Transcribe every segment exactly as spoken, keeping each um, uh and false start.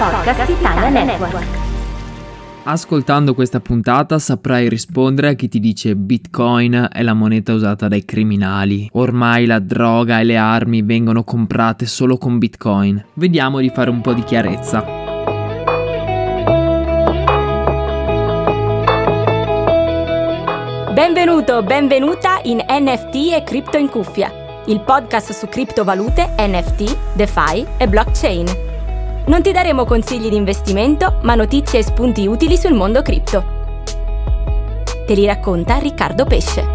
Podcast Italia Network. Ascoltando questa puntata saprai rispondere a chi ti dice Bitcoin è la moneta usata dai criminali. Ormai la droga e le armi vengono comprate solo con Bitcoin. Vediamo di fare un po' di chiarezza. Benvenuto, benvenuta in N F T e Cripto in Cuffia, il podcast su criptovalute, N F T, DeFi e blockchain. Non ti daremo consigli di investimento, ma notizie e spunti utili sul mondo cripto. Te li racconta Riccardo Pesce.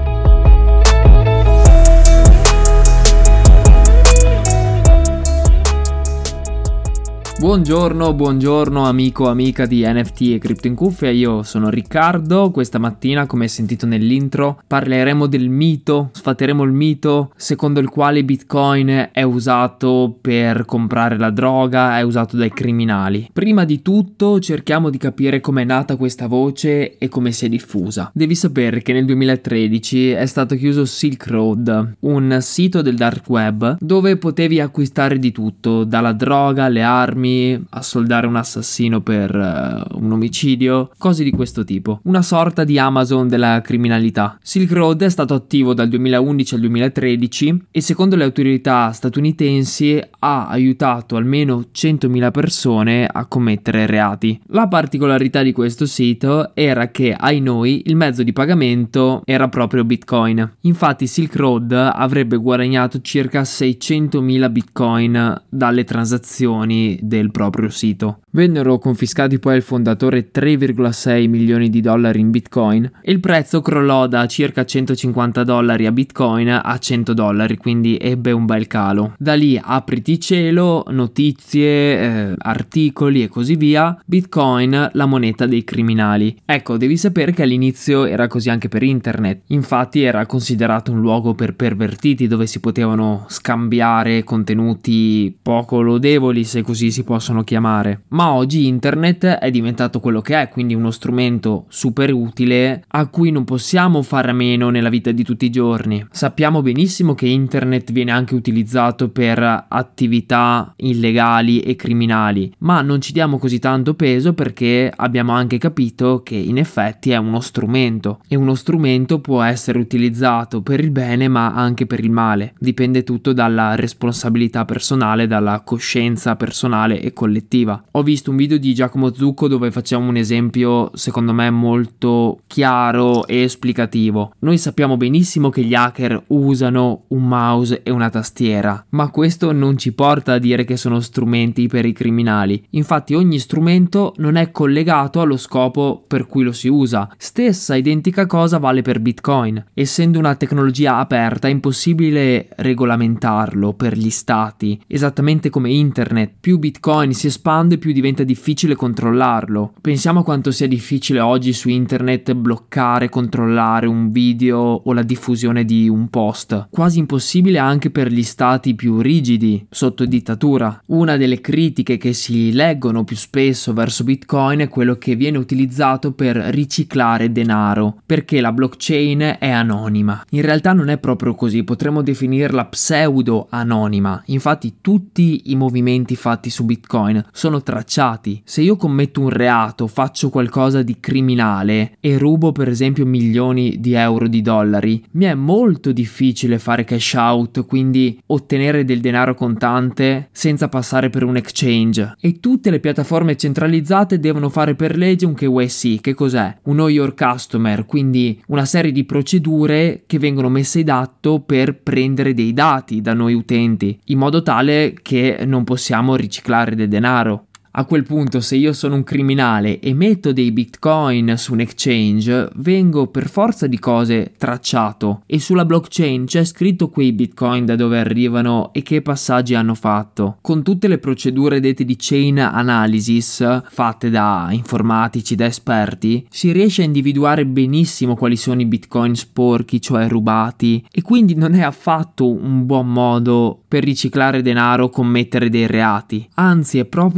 Buongiorno, buongiorno amico, amica di N F T e Cripto in Cuffia, io sono Riccardo. Questa mattina, come hai sentito nell'intro, parleremo del mito, sfateremo il mito secondo il quale Bitcoin è usato per comprare la droga, è usato dai criminali. Prima di tutto cerchiamo di capire com'è nata questa voce e come si è diffusa. Devi sapere che nel duemilatredici è stato chiuso Silk Road, un sito del dark web dove potevi acquistare di tutto, dalla droga alle armi, a soldare un assassino per uh, un omicidio, cose di questo tipo. Una sorta di Amazon della criminalità. Silk Road è stato attivo dal duemilaundici al duemilatredici e secondo le autorità statunitensi ha aiutato almeno centomila persone a commettere reati. La particolarità di questo sito era che, ai noi, il mezzo di pagamento era proprio Bitcoin. Infatti Silk Road avrebbe guadagnato circa seicentomila Bitcoin dalle transazioni del proprio sito. Vennero confiscati poi al fondatore tre virgola sei milioni di dollari in Bitcoin e il prezzo crollò da circa centocinquanta dollari a Bitcoin a cento dollari, quindi ebbe un bel calo. Da lì apriti cielo, notizie, eh, articoli e così via. Bitcoin, la moneta dei criminali. Ecco, devi sapere che all'inizio era così anche per internet. Infatti era considerato un luogo per pervertiti dove si potevano scambiare contenuti poco lodevoli, se così si possono chiamare. Ma oggi internet è diventato quello che è, quindi uno strumento super utile a cui non possiamo fare a meno nella vita di tutti i giorni. Sappiamo benissimo che internet viene anche utilizzato per attività illegali e criminali, ma non ci diamo così tanto peso perché abbiamo anche capito che in effetti è uno strumento e uno strumento può essere utilizzato per il bene ma anche per il male. Dipende tutto dalla responsabilità personale, dalla coscienza personale e collettiva. Ho visto un video di Giacomo Zucco dove facciamo un esempio secondo me molto chiaro e esplicativo. Noi sappiamo benissimo che gli hacker usano un mouse e una tastiera, ma questo non ci porta a dire che sono strumenti per i criminali. Infatti ogni strumento non è collegato allo scopo per cui lo si usa. Stessa identica cosa vale per Bitcoin. Essendo una tecnologia aperta è impossibile regolamentarlo per gli stati, esattamente come internet. Più Bitcoin si espande, più diventa difficile controllarlo. Pensiamo a quanto sia difficile oggi su internet bloccare, controllare un video o la diffusione di un post. Quasi impossibile anche per gli stati più rigidi, sotto dittatura. Una delle critiche che si leggono più spesso verso Bitcoin è quello che viene utilizzato per riciclare denaro, perché la blockchain è anonima. In realtà non è proprio così, potremmo definirla pseudo anonima. Infatti tutti i movimenti fatti su Bitcoin sono tracciati. Se io commetto un reato, faccio qualcosa di criminale e rubo per esempio milioni di euro, di dollari, mi è molto difficile fare cash out, quindi ottenere del denaro contante senza passare per un exchange. E tutte le piattaforme centralizzate devono fare per legge un K Y C. Che cos'è? Un Know Your Customer, quindi una serie di procedure che vengono messe in atto per prendere dei dati da noi utenti, in modo tale che non possiamo riciclare del denaro. A quel punto, se io sono un criminale e metto dei bitcoin su un exchange, vengo per forza di cose tracciato e sulla blockchain c'è scritto quei bitcoin da dove arrivano e che passaggi hanno fatto. Con tutte le procedure dette di chain analysis fatte da informatici, da esperti, si riesce a individuare benissimo quali sono i bitcoin sporchi, cioè rubati, e quindi non è affatto un buon modo per riciclare denaro o commettere dei reati. Anzi, è proprio l'opposto.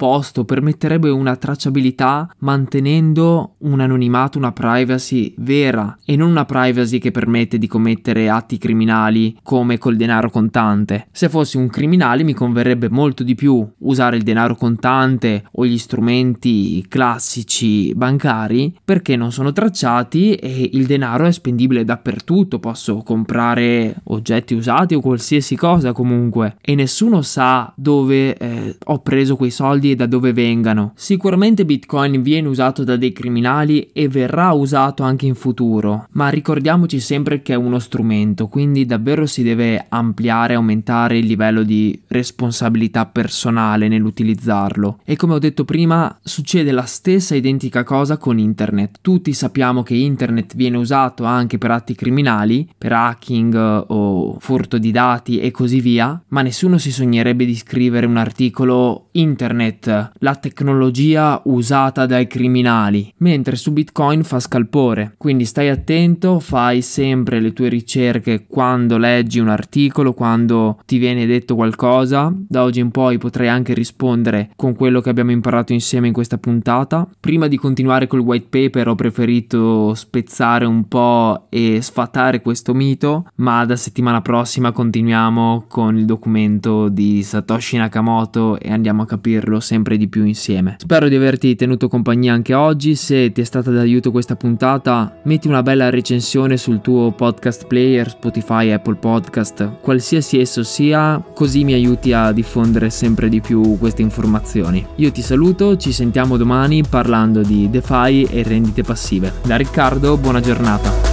opposto, permetterebbe una tracciabilità mantenendo un anonimato, una privacy vera e non una privacy che permette di commettere atti criminali come col denaro contante. Se fossi un criminale mi converrebbe molto di più usare il denaro contante o gli strumenti classici bancari perché non sono tracciati e il denaro è spendibile dappertutto, posso comprare oggetti usati o qualsiasi cosa comunque e nessuno sa dove eh, ho preso quei soldi e da dove vengano. Sicuramente Bitcoin viene usato da dei criminali e verrà usato anche in futuro, ma ricordiamoci sempre che è uno strumento, quindi davvero si deve ampliare, aumentare il livello di responsabilità personale nell'utilizzarlo. E come ho detto prima, succede la stessa identica cosa con internet. Tutti sappiamo che internet viene usato anche per atti criminali, per hacking o furto di dati e così via, ma nessuno si sognerebbe di scrivere un articolo internet, la tecnologia usata dai criminali, mentre su Bitcoin fa scalpore. Quindi stai attento, fai sempre le tue ricerche quando leggi un articolo, quando ti viene detto qualcosa. Da oggi in poi potrai anche rispondere con quello che abbiamo imparato insieme in questa puntata. Prima di continuare col white paper ho preferito spezzare un po' e sfatare questo mito, ma da settimana prossima continuiamo con il documento di Satoshi Nakamoto e andiamo a capirlo sempre di più insieme. Spero di averti tenuto compagnia anche oggi. Se ti è stata d'aiuto questa puntata, metti una bella recensione sul tuo podcast player, Spotify, Apple Podcast, qualsiasi esso sia, così mi aiuti a diffondere sempre di più queste informazioni. Io ti saluto, ci sentiamo domani parlando di DeFi e rendite passive. Da Riccardo, buona giornata.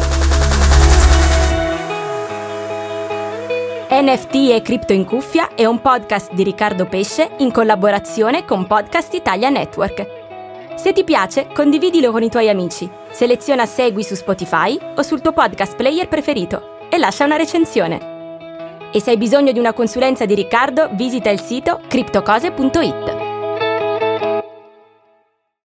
N F T e Cripto in Cuffia è un podcast di Riccardo Pesce in collaborazione con Podcast Italia Network. Se ti piace, condividilo con i tuoi amici, seleziona Segui su Spotify o sul tuo podcast player preferito e lascia una recensione. E se hai bisogno di una consulenza di Riccardo, visita il sito criptocose punto it.